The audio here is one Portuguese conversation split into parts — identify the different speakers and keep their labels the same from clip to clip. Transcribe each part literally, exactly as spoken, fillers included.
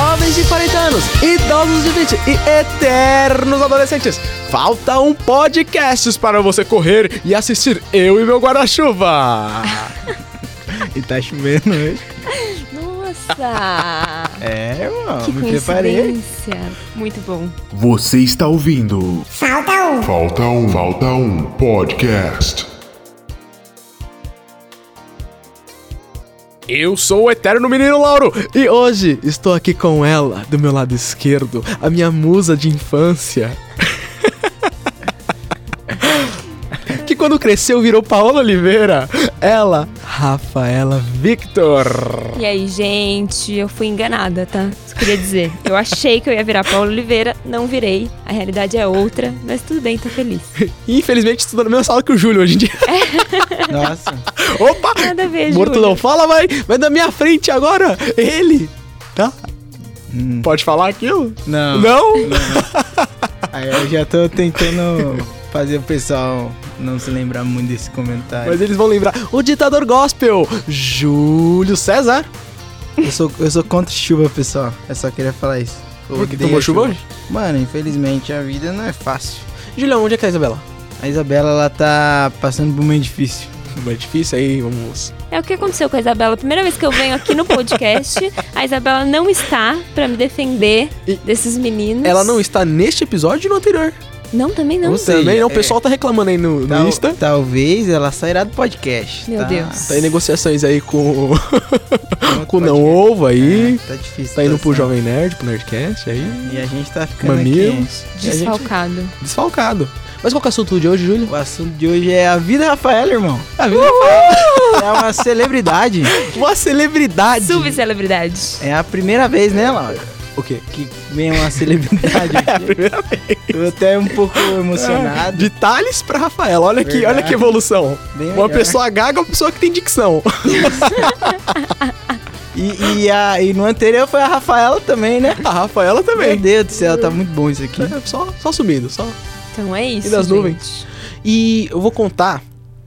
Speaker 1: jovens de quarenta anos, idosos de vinte e eternos adolescentes. Falta um podcast para você correr e assistir Eu e Meu Guarda-Chuva.
Speaker 2: E tá chovendo hoje.
Speaker 3: Nossa!
Speaker 2: É, mano,
Speaker 3: Que
Speaker 2: me preparei.
Speaker 3: coincidência. Muito bom.
Speaker 4: Você está ouvindo
Speaker 5: Falta um.
Speaker 4: Falta um, Falta um Podcast.
Speaker 1: Eu sou o eterno menino Lauro e hoje estou aqui com ela, do meu lado esquerdo, a minha musa de infância. Que quando cresceu virou Paola Oliveira. Ela, Rafaela Victor.
Speaker 3: E aí, gente, eu fui enganada, tá? Isso queria dizer. Eu achei que eu ia virar Paola Oliveira, não virei. A realidade é outra, mas tudo bem, tô feliz.
Speaker 1: E infelizmente estuda na mesma sala que o Júlio hoje em dia.
Speaker 2: Nossa.
Speaker 1: Opa!
Speaker 3: Nada a ver,
Speaker 1: Morto
Speaker 3: Júlio.
Speaker 1: não fala, vai, vai na minha frente agora. Ele, tá?
Speaker 2: Hum.
Speaker 1: Pode falar aquilo?
Speaker 2: Não.
Speaker 1: Não?
Speaker 2: Aí eu já tô tentando fazer o pessoal não se lembrar muito desse comentário.
Speaker 1: Mas eles vão lembrar. O ditador gospel, Júlio César.
Speaker 2: Eu sou, eu sou contra chuva, pessoal. Eu só queria falar isso. Eu
Speaker 1: Por que
Speaker 2: odeio
Speaker 1: tomou
Speaker 2: a
Speaker 1: chuva hoje?
Speaker 2: Mano, infelizmente a vida não é fácil.
Speaker 1: Julião, onde é que é a Isabela?
Speaker 2: A Isabela, ela tá passando por um momento difícil.
Speaker 1: É difícil aí, vamos...
Speaker 3: É o que aconteceu com a Isabela. Primeira vez que eu venho aqui no podcast, a Isabela não está pra me defender
Speaker 1: E-
Speaker 3: desses meninos.
Speaker 1: Ela não está neste episódio e no anterior.
Speaker 3: Não, também não.
Speaker 2: Ou seja,
Speaker 1: Também não, o
Speaker 2: é-
Speaker 1: pessoal tá reclamando aí no, no
Speaker 2: Tal-
Speaker 1: Insta.
Speaker 2: Talvez ela sairá do podcast.
Speaker 3: Meu
Speaker 2: tá?
Speaker 3: Deus.
Speaker 1: Tá em negociações aí com,
Speaker 2: Outro
Speaker 1: com o Não
Speaker 2: podcast.
Speaker 1: Ovo aí.
Speaker 2: É, tá difícil.
Speaker 1: Tá indo pro
Speaker 2: situação.
Speaker 1: Jovem Nerd, pro Nerdcast aí.
Speaker 2: E a gente tá ficando
Speaker 1: Mamilos.
Speaker 2: aqui.
Speaker 1: E a gente
Speaker 3: Desfalcado.
Speaker 1: desfalcado. Mas qual que é o assunto de hoje, Júlio?
Speaker 2: O assunto de hoje é a vida Rafaela, irmão. A vida Rafaela é uma celebridade.
Speaker 1: Uma celebridade.
Speaker 3: Subcelebridade.
Speaker 2: É a primeira vez, né, Laura?
Speaker 1: O quê?
Speaker 2: Que vem uma celebridade
Speaker 1: É a
Speaker 2: aqui.
Speaker 1: primeira vez.
Speaker 2: Tô até um pouco emocionado.
Speaker 1: De Thales pra Rafaela. Olha que,
Speaker 2: Verdade.
Speaker 1: olha que evolução.
Speaker 2: Bem
Speaker 1: Uma
Speaker 2: melhor.
Speaker 1: pessoa gaga, uma pessoa que tem dicção.
Speaker 2: E, e, a, e no anterior foi a Rafaela também, né?
Speaker 1: A Rafaela
Speaker 2: Meu
Speaker 1: também.
Speaker 2: Deus do céu, tá muito bom isso aqui.
Speaker 1: É, Só, só subindo, só.
Speaker 3: Então é isso,
Speaker 1: E das
Speaker 3: gente.
Speaker 1: nuvens? E eu vou contar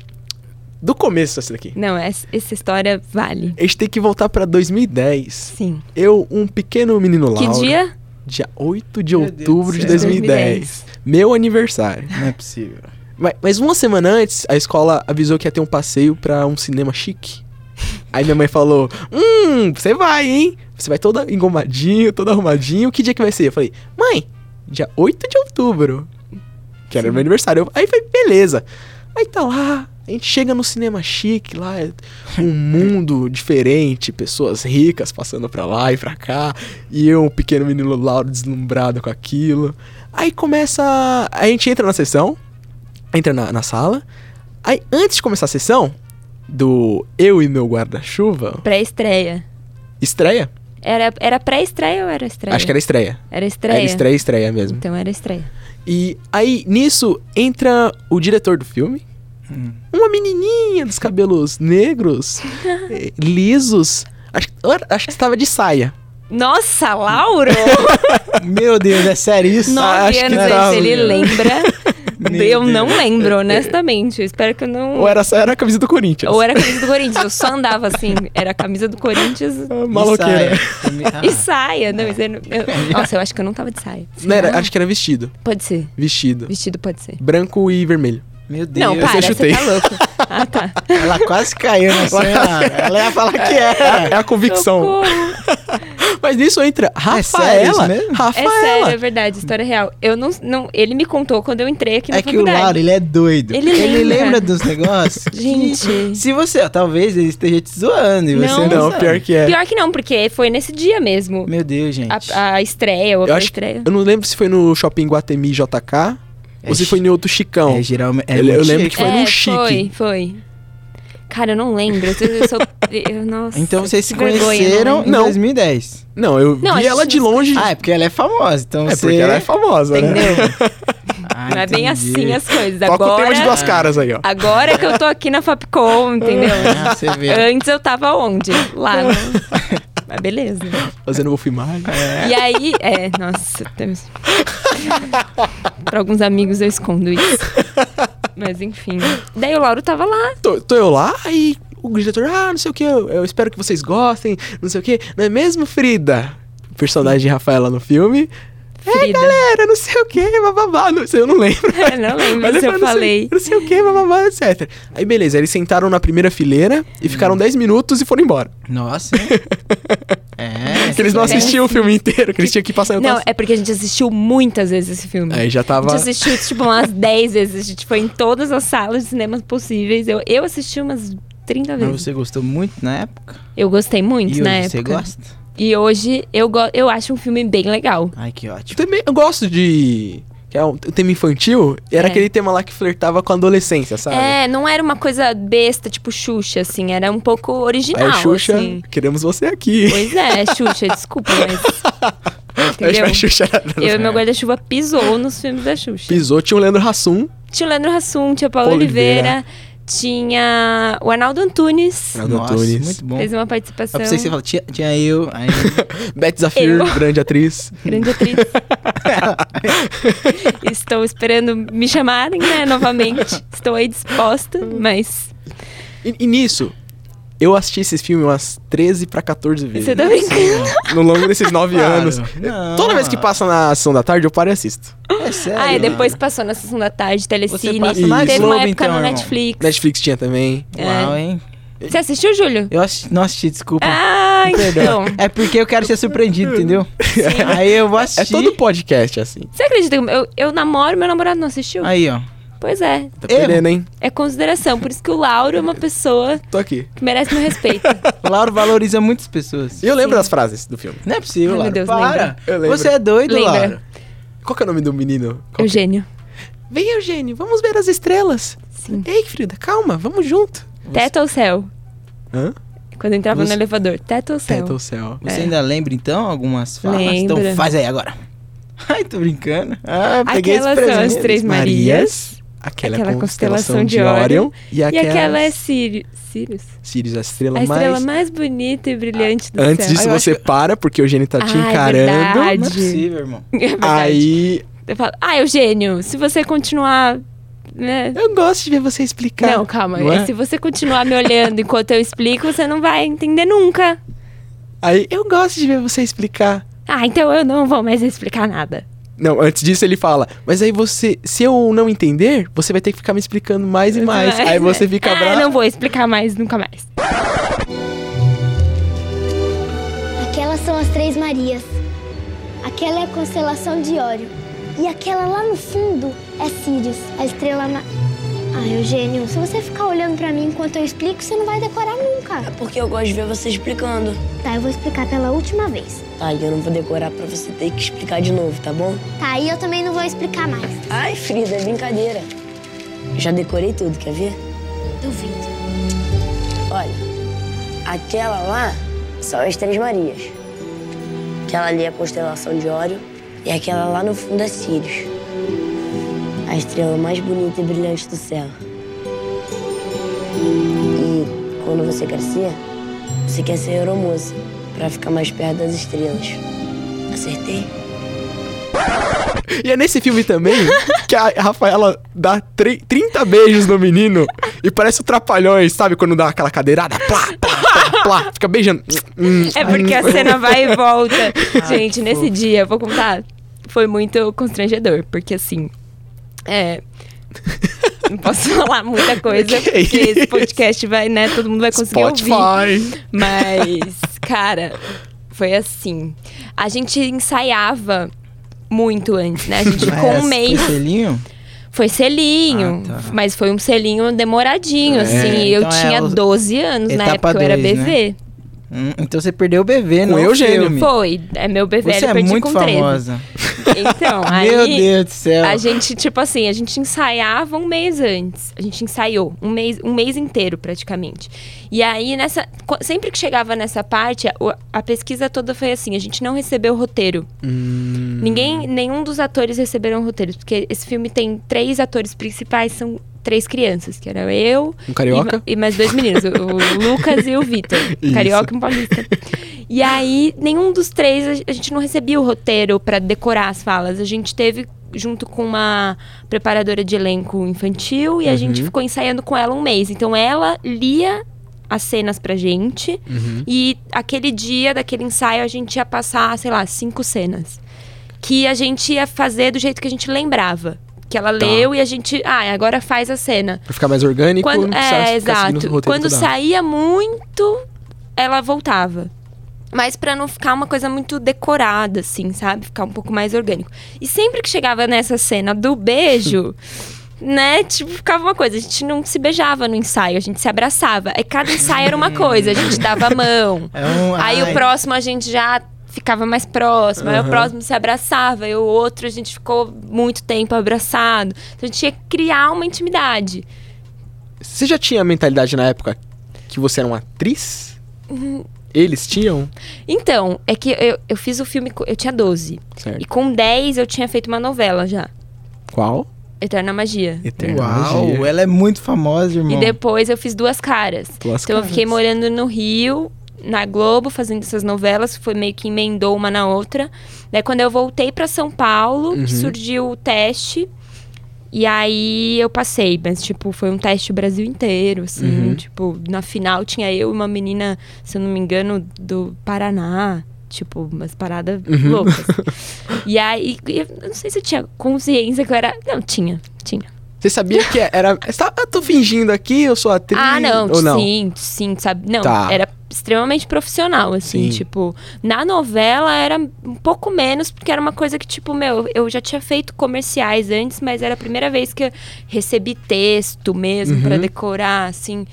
Speaker 1: do começo dessa daqui.
Speaker 3: Não, essa, essa história vale.
Speaker 1: A gente tem que voltar pra dois mil e dez.
Speaker 3: Sim.
Speaker 1: Eu, um pequeno menino
Speaker 3: Que
Speaker 1: Lauro.
Speaker 3: dia?
Speaker 1: Dia oito de
Speaker 2: Meu Deus
Speaker 1: outubro
Speaker 2: do
Speaker 1: de
Speaker 2: céu.
Speaker 1: dois mil e dez. Meu aniversário.
Speaker 2: Não é possível.
Speaker 1: Mas, mas uma semana antes, a escola avisou que ia ter um passeio pra um cinema chique. Aí minha mãe falou, hum, você vai, hein? Você vai todo engomadinho, todo arrumadinho. Que dia que vai ser? Eu falei, mãe, dia oito de outubro. Que era
Speaker 3: Sim.
Speaker 1: meu aniversário. Eu- Aí foi, beleza. Aí tá lá, a gente chega no cinema chique, lá é um mundo diferente, pessoas ricas passando pra lá e pra cá. E eu, um pequeno menino Lauro, deslumbrado com aquilo. Aí começa, a gente entra na sessão, entra na, na sala. Aí antes de começar a sessão do Eu e Meu Guarda-Chuva,
Speaker 3: Pré-estreia.
Speaker 1: estreia?
Speaker 3: Era, era pré-estreia ou era estreia?
Speaker 1: Acho que era estreia.
Speaker 3: Era estreia?
Speaker 1: Era estreia, estreia mesmo.
Speaker 3: Então era estreia.
Speaker 1: E aí, nisso, entra o diretor do filme.
Speaker 2: Hum.
Speaker 1: Uma menininha dos cabelos negros, eh, lisos. Acho, acho que estava de saia.
Speaker 3: Nossa, Lauro!
Speaker 2: Meu Deus, é sério isso?
Speaker 3: Nove
Speaker 1: acho que
Speaker 3: anos
Speaker 1: tava.
Speaker 3: antes, ele lembra.
Speaker 2: Meu
Speaker 3: eu
Speaker 2: Deus.
Speaker 3: não lembro, honestamente. Eu espero que eu não...
Speaker 1: Ou era, saia, era a camisa do Corinthians.
Speaker 3: Ou era a camisa do Corinthians. Eu só andava assim. Era a camisa do Corinthians
Speaker 1: Ah, maloqueira.
Speaker 2: Ah,
Speaker 3: e saia. Não, mas eu, não- eu- nossa, eu acho que eu não tava de saia.
Speaker 1: Não, era,
Speaker 3: Será?
Speaker 1: acho que era vestido.
Speaker 3: Pode ser.
Speaker 1: Vestido.
Speaker 3: Vestido pode ser.
Speaker 1: Branco e vermelho.
Speaker 2: Meu Deus.
Speaker 3: Não,
Speaker 1: eu
Speaker 3: para, você
Speaker 1: chutei.
Speaker 3: tá louco. Ah, tá.
Speaker 2: Ela quase caiu na cena. Ela ia falar que
Speaker 1: É
Speaker 2: era.
Speaker 1: a convicção.
Speaker 3: Socorro.
Speaker 1: Mas nisso entra
Speaker 2: sério isso
Speaker 1: Rafaela.
Speaker 2: mesmo?
Speaker 3: É
Speaker 1: Rafaela.
Speaker 3: sério, é verdade, história real. Eu não, não, ele me contou quando eu entrei aqui na
Speaker 2: É que o
Speaker 3: faculdade.
Speaker 2: Lauro, ele é doido.
Speaker 3: Ele
Speaker 2: Ele
Speaker 3: lembra.
Speaker 2: lembra dos negócios.
Speaker 3: Gente.
Speaker 2: que, se você, ó, talvez ele esteja te zoando e
Speaker 3: Não.
Speaker 2: você não,
Speaker 1: Não,
Speaker 2: sabe.
Speaker 1: pior que é.
Speaker 3: Pior que não, porque foi nesse dia mesmo.
Speaker 2: Meu Deus, gente.
Speaker 3: A, a estreia, ou a
Speaker 1: Eu acho que,
Speaker 3: pré-estreia.
Speaker 1: eu não lembro se foi no Shopping Guatemi J K
Speaker 2: É
Speaker 1: ou se
Speaker 2: chi-
Speaker 1: foi em outro Chicão.
Speaker 2: É, geralmente. É
Speaker 1: Eu- eu
Speaker 2: muito
Speaker 1: lembro
Speaker 2: chique.
Speaker 1: que foi
Speaker 3: é,
Speaker 1: num chique.
Speaker 3: Foi, foi. Cara, eu não lembro. Eu, eu sou, eu- nossa,
Speaker 2: Então vocês se
Speaker 3: que vergonha,
Speaker 2: conheceram
Speaker 3: lembro.
Speaker 2: em
Speaker 1: Não.
Speaker 2: dois mil e dez.
Speaker 1: Não, eu
Speaker 3: Não, a
Speaker 1: vi
Speaker 3: gente
Speaker 1: ela de
Speaker 3: não se
Speaker 1: longe.
Speaker 2: Ah, é porque ela é famosa. Então
Speaker 1: é
Speaker 2: você...
Speaker 1: porque ela é famosa, né?
Speaker 3: Entendeu?
Speaker 2: Ah,
Speaker 3: Não é bem
Speaker 2: entendi.
Speaker 3: assim as coisas.
Speaker 1: Toca o tema de
Speaker 3: Agora,
Speaker 1: duas caras aí, ó.
Speaker 3: agora que eu tô aqui na Fapcom, entendeu?
Speaker 2: Ah, você vê.
Speaker 3: Antes eu tava onde? Lá, no... Mas beleza.
Speaker 1: Fazendo Wolf Mario.
Speaker 3: E aí, é, nossa, temos... pra alguns amigos eu escondo isso. Mas enfim. Daí o Lauro tava lá.
Speaker 1: Tô, tô eu lá, aí o diretor, ah, não sei o que, eu, eu espero que vocês gostem, não sei o que. Não é mesmo, Frida? personagem de Rafaela no filme.
Speaker 3: Frida.
Speaker 1: É, galera, não sei o que, bababá. Não sei, eu não lembro.
Speaker 3: Eu não lembro
Speaker 1: Mas
Speaker 3: se
Speaker 1: ele
Speaker 3: eu
Speaker 1: fala,
Speaker 3: falei.
Speaker 1: Não sei, não sei o que, bababá, etcétera. Aí beleza, eles sentaram na primeira fileira e ficaram dez minutos e foram embora.
Speaker 2: Nossa, hein? É.
Speaker 1: Porque eles não assistiam o filme inteiro, que eles tinham que passar em
Speaker 3: Não,
Speaker 1: outras...
Speaker 3: é porque a gente assistiu muitas vezes esse filme.
Speaker 1: Aí já
Speaker 3: A
Speaker 1: tava...
Speaker 3: gente assistiu, tipo, umas dez vezes. A gente foi em todas as salas de cinema possíveis. Eu, eu assisti umas trinta
Speaker 2: Mas
Speaker 3: vezes.
Speaker 2: você gostou muito na época?
Speaker 3: Eu gostei muito
Speaker 2: E
Speaker 3: na
Speaker 2: hoje
Speaker 3: época.
Speaker 2: você gosta?
Speaker 3: E hoje eu, go eu acho um filme bem legal.
Speaker 2: Ai, que ótimo.
Speaker 1: Também eu gosto de... Que é um, o tema infantil, era
Speaker 3: É.
Speaker 1: aquele tema lá que flertava com a adolescência, sabe?
Speaker 3: É, não era uma coisa besta, tipo Xuxa, assim. Era um pouco original,
Speaker 1: Aí, Xuxa,
Speaker 3: assim.
Speaker 1: queremos você aqui.
Speaker 3: Pois é, Xuxa, desculpa, mas... Entendeu?
Speaker 1: Aí, Xuxa era...
Speaker 3: Eu e meu guarda-chuva pisou nos filmes da Xuxa.
Speaker 1: Pisou, tinha o Leandro Hassum.
Speaker 3: Tinha o Leandro Hassum, tinha Paulo
Speaker 1: Paulo
Speaker 3: Oliveira,
Speaker 1: Oliveira.
Speaker 3: tinha o Arnaldo Antunes.
Speaker 1: Arnaldo
Speaker 2: Nossa,
Speaker 1: Antunes.
Speaker 2: muito bom.
Speaker 3: Fez uma
Speaker 2: Só
Speaker 3: participação.
Speaker 2: pra você falar, tinha, tinha eu, aí...
Speaker 1: Beth Zafir,
Speaker 3: Eu.
Speaker 1: grande atriz.
Speaker 3: Grande atriz. Estou esperando me chamarem, né, novamente. Estou aí disposta, mas...
Speaker 1: E, e nisso, eu assisti esse filme umas treze pra quatorze vezes.
Speaker 3: Você tá brincando?
Speaker 1: No longo desses nove
Speaker 2: Claro.
Speaker 1: anos.
Speaker 2: Não.
Speaker 1: Toda vez que passa na sessão da tarde, eu paro e assisto.
Speaker 2: É sério.
Speaker 3: Ah, e
Speaker 2: mano.
Speaker 3: depois passou na Sessão da Tarde, Telecine.
Speaker 2: passa
Speaker 1: na
Speaker 3: Teve
Speaker 2: Globo,
Speaker 3: uma época
Speaker 2: então,
Speaker 3: no
Speaker 2: irmão.
Speaker 3: Netflix.
Speaker 1: Netflix tinha também.
Speaker 2: Uau, hein?
Speaker 3: Você assistiu, Júlio?
Speaker 2: Eu assisti, não assisti, desculpa.
Speaker 3: Ah,
Speaker 2: Perdão.
Speaker 3: então.
Speaker 2: É porque eu quero ser surpreendido, entendeu? Aí eu vou
Speaker 1: É
Speaker 2: assistir.
Speaker 1: todo podcast assim.
Speaker 3: Você acredita que eu, eu namoro, meu namorado não assistiu?
Speaker 2: Aí, ó.
Speaker 3: Pois é.
Speaker 1: Tá
Speaker 2: Erro.
Speaker 1: perdendo, hein?
Speaker 3: É consideração. Por isso que o Lauro é uma pessoa
Speaker 1: Tô aqui.
Speaker 3: que merece meu respeito.
Speaker 2: O Lauro valoriza muitas pessoas.
Speaker 1: E eu lembro
Speaker 3: Sim.
Speaker 1: das frases do filme.
Speaker 2: Não é possível,
Speaker 3: Ai, meu
Speaker 2: Lauro.
Speaker 3: Deus,
Speaker 2: Para.
Speaker 3: lembra.
Speaker 1: Eu lembro.
Speaker 2: Você é doido,
Speaker 3: Lembra.
Speaker 2: Lauro.
Speaker 1: Qual que é o nome do menino? Qual
Speaker 3: Eugênio.
Speaker 1: que- Vem, Eugênio, vamos ver as estrelas.
Speaker 3: Sim.
Speaker 1: Ei, Frida, calma, vamos junto.
Speaker 3: Teto ao céu.
Speaker 1: Hã?
Speaker 3: Quando eu entrava
Speaker 2: Você-
Speaker 3: no elevador. Teto ao céu.
Speaker 1: Teto ao céu.
Speaker 2: Você
Speaker 3: É.
Speaker 2: ainda lembra, então, algumas falas?
Speaker 3: Lembro.
Speaker 2: Então faz aí agora. Ai, tô brincando. Ah, peguei esse
Speaker 3: Aquelas são as
Speaker 2: presente.
Speaker 3: Três Marias.
Speaker 1: Aquela,
Speaker 3: Aquela
Speaker 1: é a constelação
Speaker 3: constelação
Speaker 1: de
Speaker 3: de
Speaker 1: Orion.
Speaker 3: Orion.
Speaker 1: E
Speaker 3: E
Speaker 1: aquela,
Speaker 3: aquela é Sirius. Sirius?
Speaker 1: Sirius, a estrela
Speaker 3: A estrela
Speaker 1: mais...
Speaker 3: mais bonita e brilhante do
Speaker 1: Antes
Speaker 3: céu.
Speaker 1: disso,
Speaker 2: Ah, eu
Speaker 1: você
Speaker 2: acho
Speaker 1: para, porque o Eugênio tá te
Speaker 3: Ah, é
Speaker 1: encarando.
Speaker 3: verdade.
Speaker 2: Não é possível, irmão.
Speaker 3: É verdade.
Speaker 1: Aí,
Speaker 3: Eu falo, ah, Eugênio, se você continuar... Né?
Speaker 1: eu gosto de ver você explicar.
Speaker 3: Não, calma.
Speaker 1: Não é?
Speaker 3: Se você continuar me olhando enquanto eu explico, você não vai entender nunca.
Speaker 1: Aí, eu gosto de ver você explicar.
Speaker 3: Ah, então eu não vou mais explicar nada.
Speaker 1: Não, antes disso ele fala, mas aí você, se eu não entender, você vai ter que ficar me explicando mais e mais. Aí você fica
Speaker 3: ah,
Speaker 1: bravo.
Speaker 3: não vou explicar mais, nunca mais.
Speaker 5: Aquelas são as Três Marias. Aquela é a constelação de Órion. E aquela lá no fundo é Sirius, a estrela ma... Ah, Eugênio, se você ficar olhando pra mim enquanto eu explico, você não vai decorar nunca.
Speaker 6: É porque eu gosto de ver você explicando.
Speaker 5: Tá, eu vou explicar pela última vez.
Speaker 6: Tá, e eu não vou decorar pra você ter que explicar de novo, tá bom?
Speaker 5: Tá, e eu também não vou explicar mais.
Speaker 6: Ai, Frida, é brincadeira. Já decorei tudo, quer ver?
Speaker 5: Duvido.
Speaker 6: Olha, aquela lá são as Três Marias. Aquela ali é a constelação de Órion e aquela lá no fundo é Sirius. A estrela mais bonita e brilhante do céu. E quando você crescer, você quer ser aeromoça pra ficar mais perto das estrelas. Acertei?
Speaker 1: E é nesse filme também que a Rafaela dá tre- trinta beijos no menino e parece o Trapalhões, sabe? Quando dá aquela cadeirada, plá, plá, plá, plá, fica beijando. Hum,
Speaker 3: É porque a cena vai e volta. Gente, nesse dia, eu vou contar, foi muito constrangedor, porque assim, é... Não posso falar muita coisa,
Speaker 1: Que
Speaker 3: porque
Speaker 1: isso?
Speaker 3: esse podcast vai, né, todo mundo vai conseguir ouvir.
Speaker 1: Spotify.
Speaker 3: Mas, cara, foi assim. A gente ensaiava muito antes, né? A gente ficou um
Speaker 2: Mas
Speaker 3: mês.
Speaker 2: Foi selinho?
Speaker 3: Foi selinho,
Speaker 2: Ah, tá.
Speaker 3: mas foi um selinho demoradinho,
Speaker 1: É.
Speaker 3: assim. Eu
Speaker 2: Então é
Speaker 3: tinha
Speaker 2: os-
Speaker 3: doze anos na
Speaker 2: etapa
Speaker 3: época, eu era
Speaker 2: dois,
Speaker 3: bebê.
Speaker 2: Hum, então você perdeu o bebê,
Speaker 1: Com
Speaker 2: não o
Speaker 1: Eugênio.
Speaker 2: filme.
Speaker 3: Foi, é meu bebê,
Speaker 2: Você
Speaker 3: eu
Speaker 2: é
Speaker 3: perdi
Speaker 2: muito
Speaker 3: com treze.
Speaker 2: famosa.
Speaker 3: Então, aí...
Speaker 2: Meu Deus do céu.
Speaker 3: A gente, tipo assim, a gente ensaiava um mês antes. A gente ensaiou um mês, um mês inteiro, praticamente. E aí, nessa, co- sempre que chegava nessa parte, a, o- a pesquisa toda foi assim, a gente não recebeu o roteiro.
Speaker 1: Hum,
Speaker 3: Ninguém, nenhum dos atores receberam roteiros, porque esse filme tem três atores principais, são três crianças, que era eu...
Speaker 1: Um carioca?
Speaker 3: E, ma- e mais dois meninos, o, o Lucas e o Vitor.
Speaker 1: Isso.
Speaker 3: Carioca e um paulista. E aí, nenhum dos três, a, a gente não recebia o roteiro pra decorar as falas. A gente teve junto com uma preparadora de elenco infantil e a
Speaker 1: Uhum.
Speaker 3: gente ficou ensaiando com ela um mês. Então, ela lia as cenas pra gente.
Speaker 1: Uhum.
Speaker 3: E aquele dia, daquele ensaio, a gente ia passar, sei lá, cinco cenas. Que a gente ia fazer do jeito que a gente lembrava. Que ela
Speaker 1: Tá.
Speaker 3: leu e a gente... Ah, agora faz a cena.
Speaker 1: Pra ficar mais orgânico,
Speaker 3: Quando,
Speaker 1: não precisa
Speaker 3: é,
Speaker 1: ficar
Speaker 3: exato.
Speaker 1: seguindo o roteiro
Speaker 3: Quando
Speaker 1: toda hora.
Speaker 3: saía muito, ela voltava. Mas pra não ficar uma coisa muito decorada, assim, sabe? Ficar um pouco mais orgânico. E sempre que chegava nessa cena do beijo... Né, tipo, ficava uma coisa, a gente não se beijava no ensaio, a gente se abraçava. Aí cada ensaio era uma coisa, a gente dava a mão.
Speaker 2: É um,
Speaker 3: Aí
Speaker 2: ai,
Speaker 3: o próximo a gente já ficava mais próximo, aí o
Speaker 1: Aham.
Speaker 3: próximo se abraçava, e o outro a gente ficou muito tempo abraçado. Então a gente tinha que criar uma intimidade.
Speaker 1: Você já tinha a mentalidade na época que você era uma atriz? Eles tinham?
Speaker 3: Então, é que eu, eu fiz o filme, co- eu tinha doze.
Speaker 1: Certo.
Speaker 3: E com dez eu tinha feito uma novela já,
Speaker 1: Qual?
Speaker 3: Eterna Magia.
Speaker 1: Eterna
Speaker 2: Uau,
Speaker 1: Magia.
Speaker 2: ela é muito famosa, irmão.
Speaker 3: E depois eu fiz Duas Caras.
Speaker 1: Duas
Speaker 3: então eu
Speaker 1: Caras.
Speaker 3: fiquei morando no Rio, na Globo, fazendo essas novelas, foi meio que emendou uma na outra. Daí quando eu voltei pra São Paulo,
Speaker 1: Uhum.
Speaker 3: surgiu o teste. E aí eu passei, mas tipo, foi um teste o Brasil inteiro, assim,
Speaker 1: Uhum.
Speaker 3: tipo, na final tinha eu e uma menina, se eu não me engano, do Paraná. Tipo, umas paradas
Speaker 1: Uhum.
Speaker 3: loucas. E aí, eu não sei se eu tinha consciência que eu era... Não, tinha, tinha.
Speaker 1: Você sabia que era... Você tá, eu tô fingindo aqui, eu sou atriz?
Speaker 3: Ah, não,
Speaker 1: ou não?
Speaker 3: sim, sim, sabe? Não,
Speaker 1: Tá.
Speaker 3: era extremamente profissional, assim,
Speaker 1: Sim.
Speaker 3: tipo... Na novela era um pouco menos, porque era uma coisa que, tipo, meu... Eu já tinha feito comerciais antes, mas era a primeira vez que eu recebi texto mesmo
Speaker 1: Uhum.
Speaker 3: pra decorar, assim.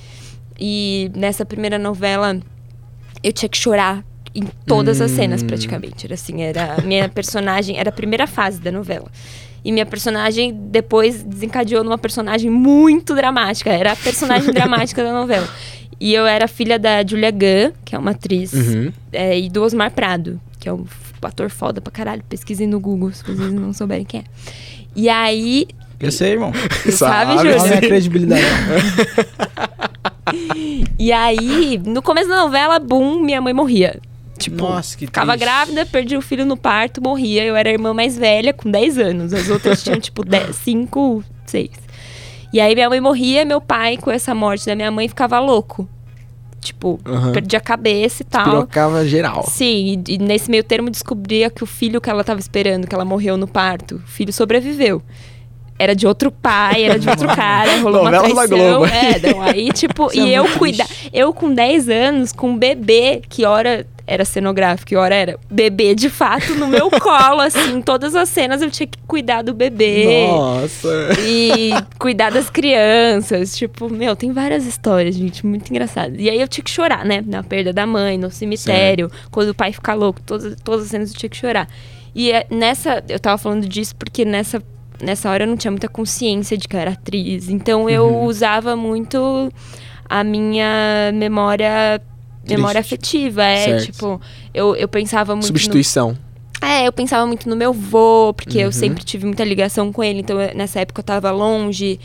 Speaker 3: E nessa primeira novela, eu tinha que chorar em todas as cenas,
Speaker 1: Hum.
Speaker 3: praticamente. Era assim, era a minha personagem... Era a primeira fase da novela. E minha personagem depois desencadeou numa personagem muito dramática. Era a personagem dramática da novela. E eu era filha da Julia Gunn, que é uma atriz,
Speaker 1: Uhum.
Speaker 3: é, e do Osmar Prado, que é um f- ator foda pra caralho. Pesquisem no Google, se vocês não souberem quem é. E aí...
Speaker 2: Eu sei, irmão.
Speaker 3: Sabe,
Speaker 1: Sabe,
Speaker 3: Júlio?
Speaker 2: Olha a minha credibilidade.
Speaker 3: E aí, no começo da novela, bum, minha mãe morria. Tipo,
Speaker 2: Nossa, que
Speaker 3: ficava
Speaker 2: triste.
Speaker 3: grávida, perdi o filho no parto, morria. Eu era a irmã mais velha, com dez anos. As outras tinham, tipo, cinco, seis. E aí, minha mãe morria, meu pai, com essa morte da minha mãe, ficava louco. Tipo,
Speaker 1: Aham.
Speaker 3: perdia a cabeça e tal.
Speaker 1: Pirocava geral.
Speaker 3: Sim, e, e nesse meio termo descobria que o filho que ela tava esperando, que ela morreu no parto, o filho sobreviveu. Era de outro pai, era de outro cara, rolou uma
Speaker 1: Novela da
Speaker 3: traição.
Speaker 1: Globo.
Speaker 3: É, não, aí tipo,
Speaker 2: Isso é
Speaker 3: e eu
Speaker 2: muito
Speaker 3: cuida,
Speaker 2: triste.
Speaker 3: eu com dez anos, com um bebê, que hora era cenográfico, que hora era bebê de fato no meu colo, assim, todas as cenas eu tinha que cuidar do bebê.
Speaker 1: Nossa.
Speaker 3: E cuidar das crianças. Tipo, meu, tem várias histórias, gente, muito engraçadas. E aí eu tinha que chorar, né? Na perda da mãe, no cemitério, quando o pai fica louco, todas, todas as cenas eu tinha que chorar. E é, nessa, eu tava falando disso porque nessa, nessa hora eu não tinha muita consciência de que eu era atriz. Então eu
Speaker 1: Uhum.
Speaker 3: usava muito a minha memória. Memória
Speaker 1: Triste.
Speaker 3: afetiva, é,
Speaker 1: Certo.
Speaker 3: tipo, eu, eu pensava muito no,
Speaker 1: Substituição.
Speaker 3: é, eu pensava muito no meu vô, porque
Speaker 1: Uhum.
Speaker 3: eu sempre tive muita ligação com ele. Então, eu- nessa época eu tava longe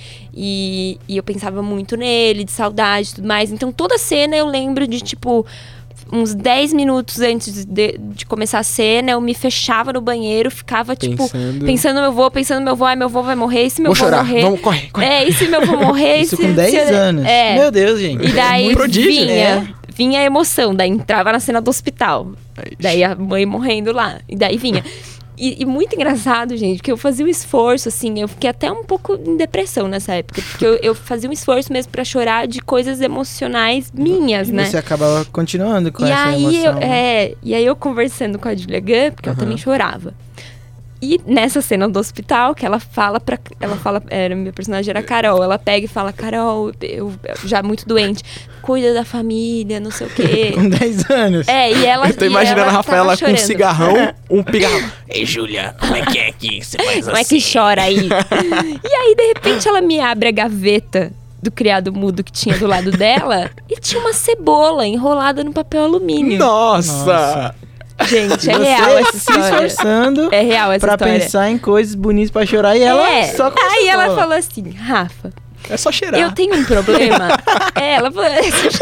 Speaker 3: e, e eu pensava muito nele, de saudade e tudo mais. Então, toda cena eu lembro de, tipo, uns dez minutos antes de, de começar a cena, eu me fechava no banheiro, ficava, tipo,
Speaker 1: Pensando.
Speaker 3: pensando no meu vô, pensando no meu vô, ai, meu vô vai morrer, e se meu
Speaker 1: Vou
Speaker 3: vô
Speaker 1: chorar.
Speaker 3: morrer?
Speaker 1: Vamos, corre, corre.
Speaker 3: É, e se meu vô morrer?
Speaker 2: Isso
Speaker 3: se,
Speaker 2: com dez
Speaker 3: se eu-
Speaker 2: anos.
Speaker 3: É.
Speaker 2: Meu Deus, gente.
Speaker 3: E daí
Speaker 1: muito prodígio,
Speaker 3: vinha, vinha a emoção, daí entrava na cena do hospital.
Speaker 1: Aí,
Speaker 3: Daí a mãe morrendo lá. E daí vinha. E, e muito engraçado, gente, porque eu fazia um esforço, assim, eu fiquei até um pouco em depressão nessa época. Porque eu, eu fazia um esforço mesmo pra chorar de coisas emocionais minhas,
Speaker 2: E
Speaker 3: né?
Speaker 2: você acaba continuando com
Speaker 3: E
Speaker 2: essa
Speaker 3: aí,
Speaker 2: emoção.
Speaker 3: eu,
Speaker 2: né?
Speaker 3: é, e aí eu conversando com a Julia Gunn, porque
Speaker 1: Aham.
Speaker 3: eu também chorava. E nessa cena do hospital, que ela fala pra... Ela fala... Era, minha personagem era a Carol. Ela pega e fala, Carol, eu, eu já muito doente, cuida da família, não sei o quê.
Speaker 2: Com dez anos.
Speaker 3: É, e ela...
Speaker 1: Eu tô
Speaker 3: e
Speaker 1: imaginando
Speaker 3: ela
Speaker 1: a Rafaela
Speaker 3: tava
Speaker 1: com um
Speaker 3: chorando.
Speaker 1: cigarrão, um pigarro. Ei, Júlia, como é que é que você faz
Speaker 3: Como é
Speaker 1: assim?
Speaker 3: que chora aí? E aí, de repente, ela me abre a gaveta do criado mudo que tinha do lado dela e tinha uma cebola enrolada no papel alumínio.
Speaker 1: Nossa!
Speaker 2: Nossa.
Speaker 3: Gente, é
Speaker 2: Você
Speaker 3: real essa
Speaker 2: se
Speaker 3: história.
Speaker 2: esforçando
Speaker 3: É real essa
Speaker 2: pra
Speaker 3: história.
Speaker 2: pensar em coisas bonitas pra chorar e ela
Speaker 3: é.
Speaker 2: só com
Speaker 3: Aí ela
Speaker 2: cebola.
Speaker 3: falou assim, Rafa,
Speaker 1: É só cheirar.
Speaker 3: eu tenho um problema. É, ela falou,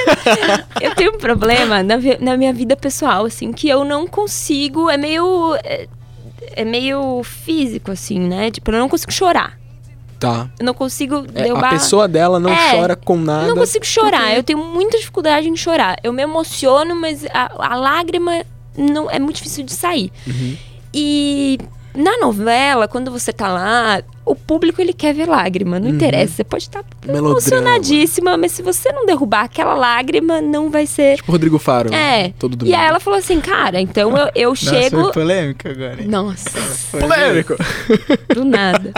Speaker 3: eu tenho um problema na, vi- na minha vida pessoal, assim, que eu não consigo, é meio, é, é meio físico, assim, né? Tipo, eu não consigo chorar.
Speaker 1: Tá.
Speaker 3: Eu não consigo
Speaker 1: É,
Speaker 3: derrubar...
Speaker 1: a pessoa dela não
Speaker 3: É,
Speaker 1: chora com nada.
Speaker 3: Eu não consigo chorar,
Speaker 1: porque-
Speaker 3: eu tenho muita dificuldade em chorar. Eu me emociono, mas a, a lágrima não, é muito difícil de sair.
Speaker 1: Uhum.
Speaker 3: E na novela, quando você tá lá, o público ele quer ver lágrima, não
Speaker 1: Uhum.
Speaker 3: interessa. Você pode estar
Speaker 1: Melodrama.
Speaker 3: emocionadíssima, mas se você não derrubar aquela lágrima, não vai ser...
Speaker 1: Tipo o Rodrigo Faro.
Speaker 3: É,
Speaker 1: Todo
Speaker 3: e
Speaker 1: domingo.
Speaker 3: aí ela falou assim, cara, então eu, eu
Speaker 2: Nossa,
Speaker 3: chego...
Speaker 2: foi polêmica agora, hein?
Speaker 3: Nossa,
Speaker 1: Polêmico.
Speaker 3: do nada.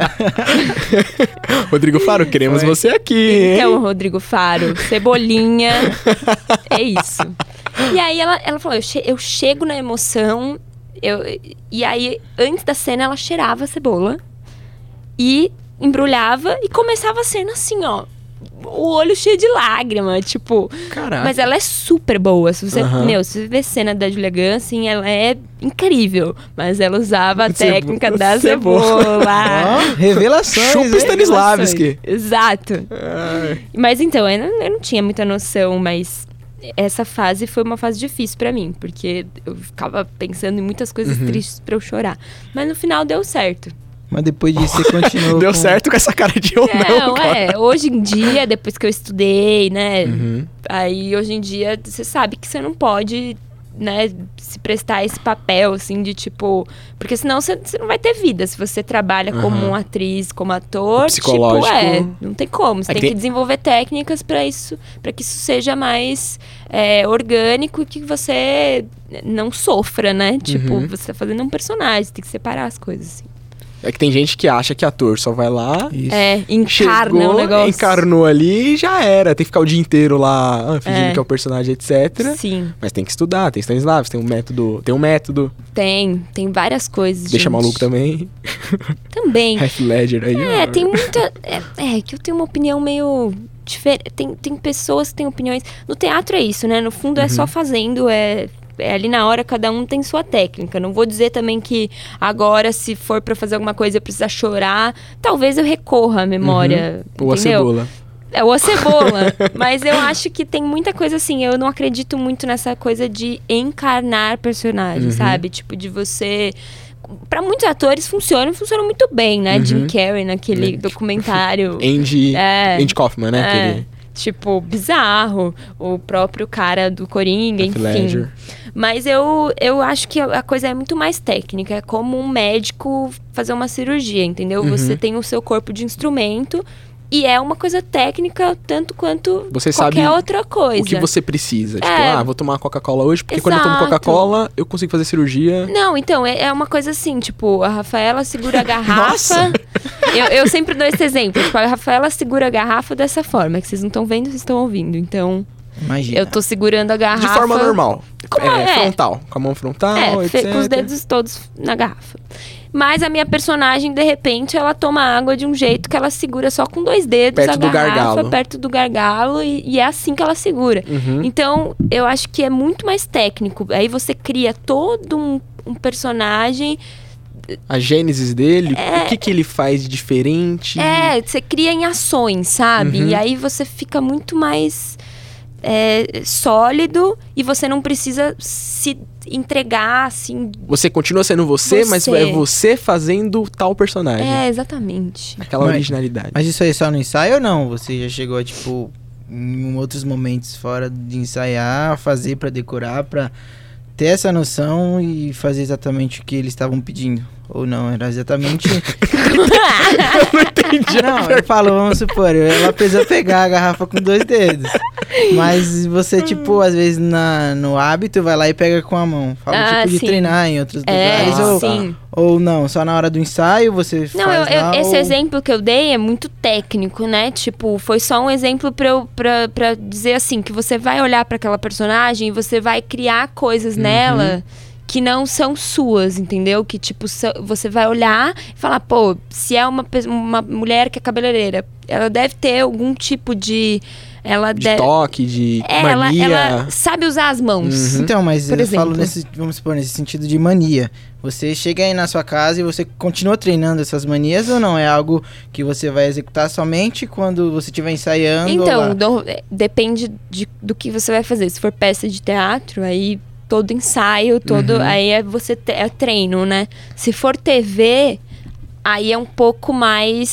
Speaker 1: Rodrigo Faro, queremos
Speaker 2: Foi.
Speaker 1: você aqui, hein?
Speaker 3: Então, Rodrigo Faro, Cebolinha, é isso. E aí ela, ela falou, eu, che- eu chego na emoção, eu, e aí antes da cena ela cheirava a cebola e embrulhava e começava a cena assim, ó, o olho cheio de lágrima, tipo...
Speaker 1: Caraca.
Speaker 3: Mas ela é super boa, se você,
Speaker 1: Aham.
Speaker 3: meu, se você ver cena da Julia Gunn, assim, ela é incrível, mas ela usava a
Speaker 1: Cebo-
Speaker 3: técnica da
Speaker 1: cebola.
Speaker 3: cebola.
Speaker 2: Ó, revelações,
Speaker 1: Chupa
Speaker 2: hein?
Speaker 1: Stanislavski.
Speaker 3: Exato.
Speaker 1: Ai.
Speaker 3: Mas então, eu não, eu não tinha muita noção, mas essa fase foi uma fase difícil pra mim, porque eu ficava pensando em muitas coisas
Speaker 1: Uhum.
Speaker 3: tristes pra eu chorar. Mas no final deu certo.
Speaker 2: Mas depois disso você continuou
Speaker 1: Deu
Speaker 2: com-
Speaker 1: certo com essa cara de eu não,
Speaker 3: Não,
Speaker 1: cara.
Speaker 3: é, hoje em dia, depois que eu estudei, né,
Speaker 1: Uhum.
Speaker 3: aí hoje em dia você sabe que você não pode, né, se prestar a esse papel, assim, de tipo... Porque senão você, você não vai ter vida. Se você trabalha como
Speaker 1: Aham.
Speaker 3: atriz, como ator,
Speaker 1: O psicológico-
Speaker 3: tipo, é, não tem como. Você
Speaker 1: É
Speaker 3: tem
Speaker 1: que
Speaker 3: que
Speaker 1: tem-
Speaker 3: desenvolver técnicas pra isso, para que isso seja mais é, orgânico e que você não sofra, né? Tipo,
Speaker 1: Uhum.
Speaker 3: você tá fazendo um personagem, você tem que separar as coisas, assim.
Speaker 1: É que tem gente que acha que ator só vai lá,
Speaker 2: Isso.
Speaker 3: É, encarna
Speaker 1: chegou,
Speaker 3: o negócio.
Speaker 1: encarnou ali e já era. Tem que ficar o dia inteiro lá, ah, fingindo
Speaker 3: É.
Speaker 1: que é o personagem, etcétera.
Speaker 3: Sim,
Speaker 1: Mas tem que estudar, tem Stanislavski, tem um método, tem um método.
Speaker 3: tem. Tem várias coisas,
Speaker 1: Deixa
Speaker 3: gente.
Speaker 1: maluco também.
Speaker 3: Também.
Speaker 1: Heath Ledger aí.
Speaker 3: É,
Speaker 1: ó.
Speaker 3: tem muita... É, é, que eu tenho uma opinião meio... diferente. Tem, tem pessoas que têm opiniões... No teatro é isso, né? No fundo é
Speaker 1: Uhum.
Speaker 3: só fazendo, é... É ali na hora, cada um tem sua técnica. Não vou dizer também que agora, se for pra fazer alguma coisa e eu precisar chorar, talvez eu recorra à memória,
Speaker 1: Ou a
Speaker 3: entendeu?
Speaker 1: cebola.
Speaker 3: É, ou a cebola. Mas eu acho que tem muita coisa assim. Eu não acredito muito nessa coisa de encarnar personagem,
Speaker 1: Uhum.
Speaker 3: sabe? Tipo, de você... Pra muitos atores funciona, funciona muito bem, né?
Speaker 1: Uhum.
Speaker 3: Jim Carrey naquele
Speaker 1: É.
Speaker 3: documentário.
Speaker 1: Andy,
Speaker 3: É.
Speaker 1: Andy Kaufman, né?
Speaker 3: É,
Speaker 1: Aquele
Speaker 3: tipo, bizarro. O próprio cara do Coringa,
Speaker 1: Heath
Speaker 3: enfim.
Speaker 1: Ledger.
Speaker 3: Mas eu, eu acho que a a coisa é muito mais técnica. É como um médico fazer uma cirurgia, entendeu?
Speaker 1: Uhum.
Speaker 3: Você tem o seu corpo de instrumento e é uma coisa técnica tanto quanto
Speaker 1: Você
Speaker 3: qualquer
Speaker 1: sabe
Speaker 3: outra coisa.
Speaker 1: O que você precisa. Tipo,
Speaker 3: É.
Speaker 1: ah, vou tomar Coca-Cola hoje, porque quando eu tomo
Speaker 3: Exato.
Speaker 1: Coca-Cola, eu consigo fazer cirurgia.
Speaker 3: Não, então, é, é uma coisa assim, tipo, a Rafaela segura a garrafa.
Speaker 1: Nossa!
Speaker 3: Eu, eu sempre dou esse exemplo. Tipo, a Rafaela segura a garrafa dessa forma, que vocês não estão vendo, vocês estão ouvindo. Então,
Speaker 2: Imagina.
Speaker 3: eu tô segurando a garrafa.
Speaker 1: De forma normal.
Speaker 3: Como
Speaker 1: é,
Speaker 3: é?
Speaker 1: frontal. Com a mão frontal,
Speaker 3: É, fe-
Speaker 1: etcétera.
Speaker 3: com os dedos todos na garrafa. Mas a minha personagem, de repente, ela toma água de um jeito que ela segura só com dois dedos
Speaker 1: Perto
Speaker 3: a
Speaker 1: do
Speaker 3: garrafa,
Speaker 1: gargalo.
Speaker 3: perto do gargalo, e, e é assim que ela segura.
Speaker 1: Uhum.
Speaker 3: Então, eu acho que é muito mais técnico. Aí você cria todo um, um personagem.
Speaker 1: A gênesis dele,
Speaker 3: É.
Speaker 1: o que, que ele faz de diferente.
Speaker 3: É, você cria em ações, sabe?
Speaker 1: Uhum.
Speaker 3: E aí você fica muito mais é, sólido e você não precisa se entregar, assim.
Speaker 1: Você continua sendo você, mas
Speaker 3: Você.
Speaker 1: é você fazendo tal personagem.
Speaker 3: É, exatamente.
Speaker 1: Aquela
Speaker 2: Mas-
Speaker 1: originalidade.
Speaker 2: Mas isso aí só no ensaio ou não? Você já chegou a, tipo, em outros momentos fora de ensaiar, fazer pra decorar, pra ter essa noção e fazer exatamente o que eles estavam pedindo? Ou não? Era exatamente... Não, eu falo, vamos supor, ela precisa pegar a garrafa com dois dedos. Mas você, tipo, às vezes na, no hábito, vai lá e pega com a mão. Fala,
Speaker 3: Ah,
Speaker 2: tipo, de
Speaker 3: sim.
Speaker 2: treinar em outros
Speaker 3: É,
Speaker 2: lugares. Ou,
Speaker 3: sim.
Speaker 2: ou não, só na hora do ensaio você
Speaker 3: Não,
Speaker 2: faz
Speaker 3: eu- eu-
Speaker 2: lá,
Speaker 3: esse
Speaker 2: ou...
Speaker 3: exemplo que eu dei é muito técnico, né? Tipo, foi só um exemplo pra, eu, pra, pra dizer assim, que você vai olhar pra aquela personagem e você vai criar coisas
Speaker 1: Uhum.
Speaker 3: nela que não são suas, entendeu? Que, tipo, são- você vai olhar e falar, pô, se é uma, pe- uma mulher que é cabeleireira, ela deve ter algum tipo de... Ela
Speaker 1: De
Speaker 3: deve...
Speaker 1: toque, de
Speaker 3: É, ela,
Speaker 1: mania.
Speaker 3: ela sabe usar as mãos.
Speaker 1: Uhum.
Speaker 2: Então, mas
Speaker 3: Por
Speaker 2: eu
Speaker 3: exemplo.
Speaker 2: falo nesse, vamos supor, nesse sentido de mania. Você chega aí na sua casa e você continua treinando essas manias ou não? É algo que você vai executar somente quando você estiver ensaiando? ou lá?
Speaker 3: Então, do- é, depende de- do que você vai fazer. Se for peça de teatro, aí todo ensaio, todo.
Speaker 1: Uhum.
Speaker 3: Aí é você te- é treino, né? Se for T V, aí é um pouco mais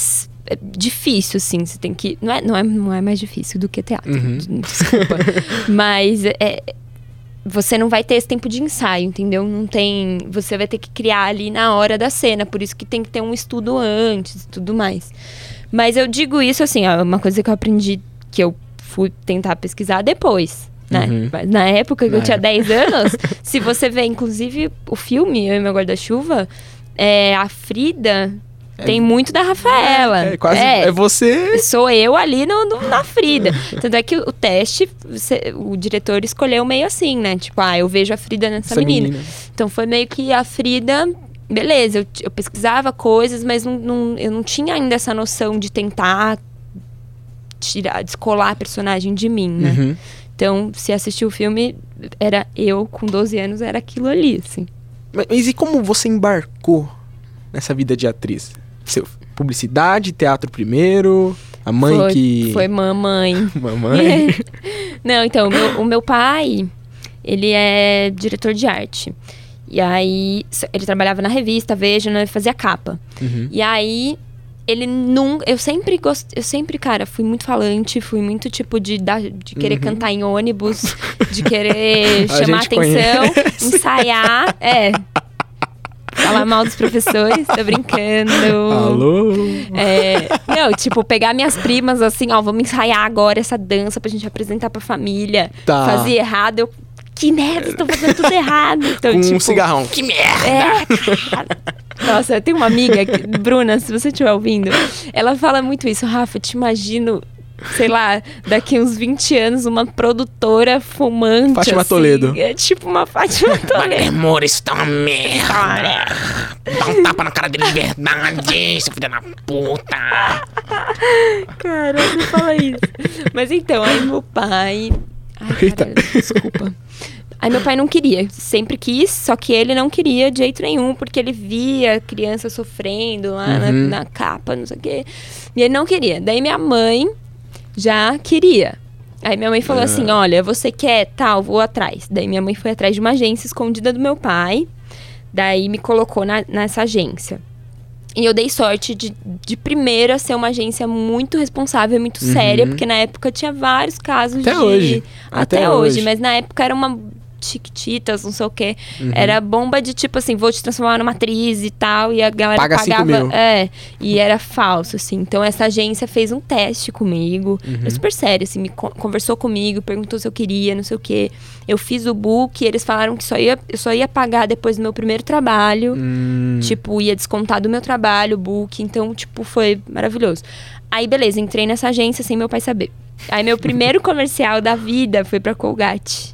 Speaker 3: é difícil, assim. Você tem que... Não é, não é, não é mais difícil do que teatro.
Speaker 1: Uhum.
Speaker 3: Desculpa. Mas é, você não vai ter esse tempo de ensaio, entendeu? Não tem... Você vai ter que criar ali na hora da cena. Por isso que tem que ter um estudo antes e tudo mais. Mas eu digo isso, assim, é uma coisa que eu aprendi, que eu fui tentar pesquisar depois, né?
Speaker 1: Uhum.
Speaker 3: Mas na época que
Speaker 1: Na
Speaker 3: eu tinha
Speaker 1: época.
Speaker 3: dez anos, se você vê, inclusive, o filme, Eu e Meu Guarda-Chuva, é, a Frida tem muito da Rafaela.
Speaker 1: É, quase. É,
Speaker 3: É,
Speaker 1: você.
Speaker 3: sou eu ali no, no- na Frida. Tanto é que o teste, você- o diretor escolheu meio assim, né? Tipo, ah, eu vejo a Frida nessa
Speaker 1: Essa
Speaker 3: menina.
Speaker 1: menina.
Speaker 3: Então foi meio que a Frida... Beleza, eu, t- eu pesquisava coisas, mas não, não- eu não tinha ainda essa noção de tentar tirar, descolar a personagem de mim, né?
Speaker 1: Uhum.
Speaker 3: Então, se assistir o filme, era eu com doze anos, era aquilo ali, assim.
Speaker 1: Mas, mas e como você embarcou nessa vida de atriz? Seu, publicidade, teatro primeiro, a mãe
Speaker 3: foi,
Speaker 1: que...
Speaker 3: Foi mamãe.
Speaker 1: Mamãe.
Speaker 3: Não, então, o meu, o meu pai, ele é diretor de arte. E aí, s- ele trabalhava na revista Veja, né? Fazia capa.
Speaker 1: Uhum.
Speaker 3: E aí, ele nunca... Eu sempre gostei... Eu sempre, cara, fui muito falante. Fui muito, tipo, de, dar, de querer cantar em ônibus. De querer
Speaker 1: A
Speaker 3: chamar
Speaker 1: gente
Speaker 3: atenção.
Speaker 1: conhece.
Speaker 3: Ensaiar. É. Falar mal dos professores. Tô brincando.
Speaker 1: Alô?
Speaker 3: É, não, tipo, pegar minhas primas assim, ó, vamos ensaiar agora essa dança pra gente apresentar pra família.
Speaker 1: Tá.
Speaker 3: Fazia errado, eu... Que merda, estou fazendo tudo errado. Então,
Speaker 1: Com
Speaker 3: tipo,
Speaker 1: um cigarrão. Que merda!
Speaker 3: é, cara. Nossa, eu tenho uma amiga, que- Bruna, se você estiver ouvindo, ela fala muito isso. Rafa, eu te imagino, sei lá, daqui uns vinte anos, uma produtora fumante.
Speaker 1: Fátima
Speaker 3: assim.
Speaker 1: Toledo.
Speaker 3: É tipo uma Fátima Toledo.
Speaker 7: Amor, isso tá uma merda. Dá um tapa na cara dele de verdade, seu filho da puta.
Speaker 3: Cara, não fala isso. Mas então, aí meu pai... Ai,
Speaker 1: Eita.
Speaker 3: cara, desculpa. Aí meu pai não queria, sempre quis, só que ele não queria de jeito nenhum, porque ele via criança sofrendo lá na,
Speaker 1: Uhum.
Speaker 3: na capa, não sei o quê. E ele não queria. Daí minha mãe já queria. Aí minha mãe falou assim, olha, você quer tal, vou atrás. Daí minha mãe foi atrás de uma agência escondida do meu pai. Daí me colocou na- nessa agência. E eu dei sorte de, de primeira ser uma agência muito responsável, muito séria, porque na época tinha vários casos
Speaker 1: Até
Speaker 3: de...
Speaker 1: hoje.
Speaker 3: Até,
Speaker 1: Até
Speaker 3: hoje.
Speaker 1: hoje.
Speaker 3: Mas na época era uma chiquititas, não sei o quê.
Speaker 1: Uhum.
Speaker 3: Era bomba de tipo assim, vou te transformar numa atriz e tal. E a galera
Speaker 1: Paga cinco
Speaker 3: pagava...
Speaker 1: mil.
Speaker 3: É, e era falso, assim. Então essa agência fez um teste comigo.
Speaker 1: Uhum.
Speaker 3: Foi super sério, assim. Me con- conversou comigo, perguntou se eu queria, não sei o quê. Eu fiz o book, eles falaram que só ia, eu só ia pagar depois do meu primeiro trabalho.
Speaker 1: Hum.
Speaker 3: Tipo, ia descontar do meu trabalho, o book. Então, tipo, foi maravilhoso. Aí, beleza, entrei nessa agência sem meu pai saber. Aí, meu primeiro comercial da vida foi pra Colgate.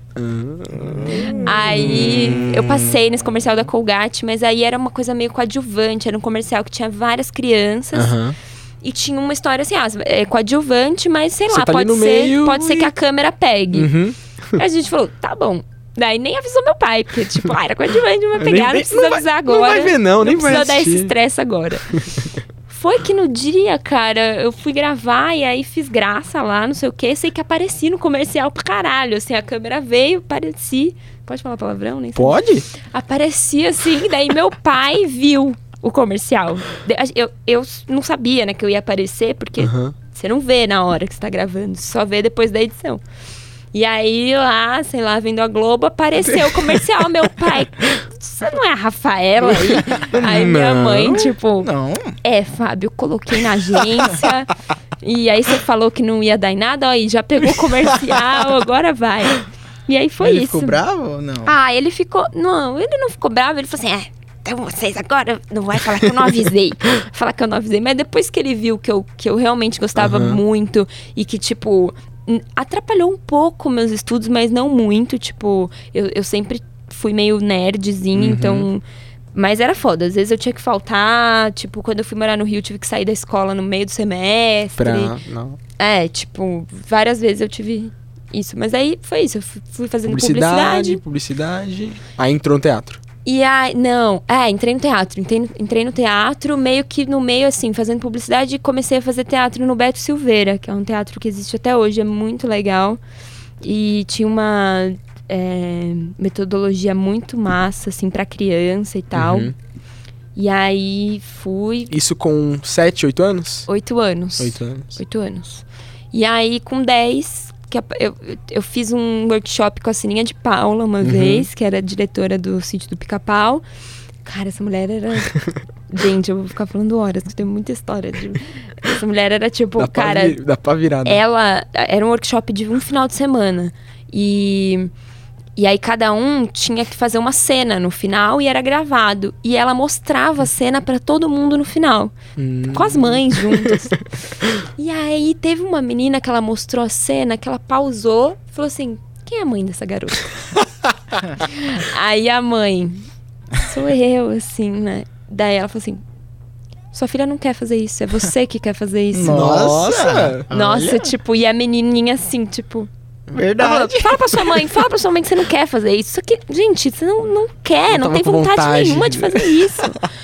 Speaker 3: Aí, eu passei nesse comercial da Colgate, mas aí era uma coisa meio coadjuvante. Era um comercial que tinha várias crianças.
Speaker 1: Aham.
Speaker 3: E tinha uma história assim, ah, é coadjuvante, mas sei
Speaker 1: Você
Speaker 3: lá,
Speaker 1: tá ali
Speaker 3: pode
Speaker 1: no
Speaker 3: ser,
Speaker 1: meio
Speaker 3: pode ser
Speaker 1: e-
Speaker 3: que a câmera pegue.
Speaker 1: Uhum.
Speaker 3: Aí a gente falou, tá bom. Daí nem avisou meu pai, porque, tipo, ah, era coadjuvante, não vai
Speaker 1: Nem-
Speaker 3: pegar, não
Speaker 1: nem-
Speaker 3: precisa
Speaker 1: não vai-
Speaker 3: avisar
Speaker 1: não
Speaker 3: agora.
Speaker 1: vai ver não, nem vai
Speaker 3: precisa dar esse
Speaker 1: assistir.
Speaker 3: estresse agora. Foi que no dia, cara, eu fui gravar e aí fiz graça lá, não sei o quê. Sei que apareci no comercial pra caralho. Assim, a câmera veio, apareci. Pode falar palavrão? Nem sei.
Speaker 1: Pode?
Speaker 3: Apareci assim, daí meu pai viu o comercial. De- Eu, eu não sabia, né, que eu ia aparecer, porque
Speaker 1: Aham.
Speaker 3: você não vê na hora que você tá gravando, você só vê depois da edição. E aí lá, sei lá, vendo a Globo, apareceu o comercial. Meu pai, você não é a Rafaela aí? Aí minha
Speaker 1: Não.
Speaker 3: mãe, tipo,
Speaker 2: Não.
Speaker 3: é, Fábio, eu coloquei na agência. E aí você falou que não ia dar em nada, ó, e já pegou o comercial, agora vai. E aí foi
Speaker 2: Ele
Speaker 3: isso.
Speaker 2: ficou bravo ou não?
Speaker 3: Ah, ele ficou. Não, ele não ficou bravo, ele falou assim: é, então vocês agora não vai falar que eu não avisei. Falar que eu não avisei. Mas depois que ele viu que eu, que eu realmente gostava
Speaker 1: Aham.
Speaker 3: muito e que, tipo, n- atrapalhou um pouco meus estudos, mas não muito. Tipo, eu, eu sempre fui meio nerdzinha,
Speaker 1: Uhum.
Speaker 3: então. Mas era foda. Às vezes eu tinha que faltar. Tipo, quando eu fui morar no Rio, eu tive que sair da escola no meio do semestre.
Speaker 1: Pra... Não.
Speaker 3: É, tipo, várias vezes eu tive isso. Mas aí foi isso. Eu fui- fui fazendo
Speaker 1: Publicidade,
Speaker 3: publicidade.
Speaker 1: publicidade. Aí entrou no teatro.
Speaker 3: E aí, não, é, entrei no teatro. Entrei, entrei no teatro, meio que no meio, assim, fazendo publicidade. E comecei a fazer teatro no Beto Silveira, que é um teatro que existe até hoje, é muito legal. E tinha uma é, metodologia muito massa, assim, pra criança e tal.
Speaker 1: Uhum.
Speaker 3: E aí fui
Speaker 1: Isso com sete, oito anos?
Speaker 3: oito anos.
Speaker 1: oito anos.
Speaker 3: Oito anos. E aí, com dez, que a- eu, eu fiz um workshop com a Sininha de Paula uma
Speaker 1: Uhum.
Speaker 3: vez, que era diretora do Sítio do Pica-Pau. Cara, essa mulher era... Gente, eu vou ficar falando horas, que tem muita história. De... Essa mulher era tipo,
Speaker 1: Dá pra
Speaker 3: cara...
Speaker 1: vi- dá pra virar, né?
Speaker 3: Ela... Era um workshop de um final de semana. E... E aí cada um tinha que fazer uma cena no final e era gravado. E ela mostrava a cena pra todo mundo no final.
Speaker 1: Hum.
Speaker 3: Com as mães juntas. E aí teve uma menina que ela mostrou a cena, que ela pausou e falou assim: quem é a mãe dessa garota? Aí a mãe, sou eu, assim, né? Daí ela falou assim: sua filha não quer fazer isso, é você que quer fazer isso.
Speaker 1: Nossa!
Speaker 3: Nossa,
Speaker 2: Olha,
Speaker 3: tipo, e a menininha assim, tipo...
Speaker 2: verdade.
Speaker 3: Fala pra sua mãe, fala pra sua mãe que você não quer fazer isso. Só que, gente, você não, não quer,
Speaker 1: Não
Speaker 3: não, tem
Speaker 1: tava com
Speaker 3: vontade,
Speaker 1: vontade.
Speaker 3: nenhuma de fazer isso.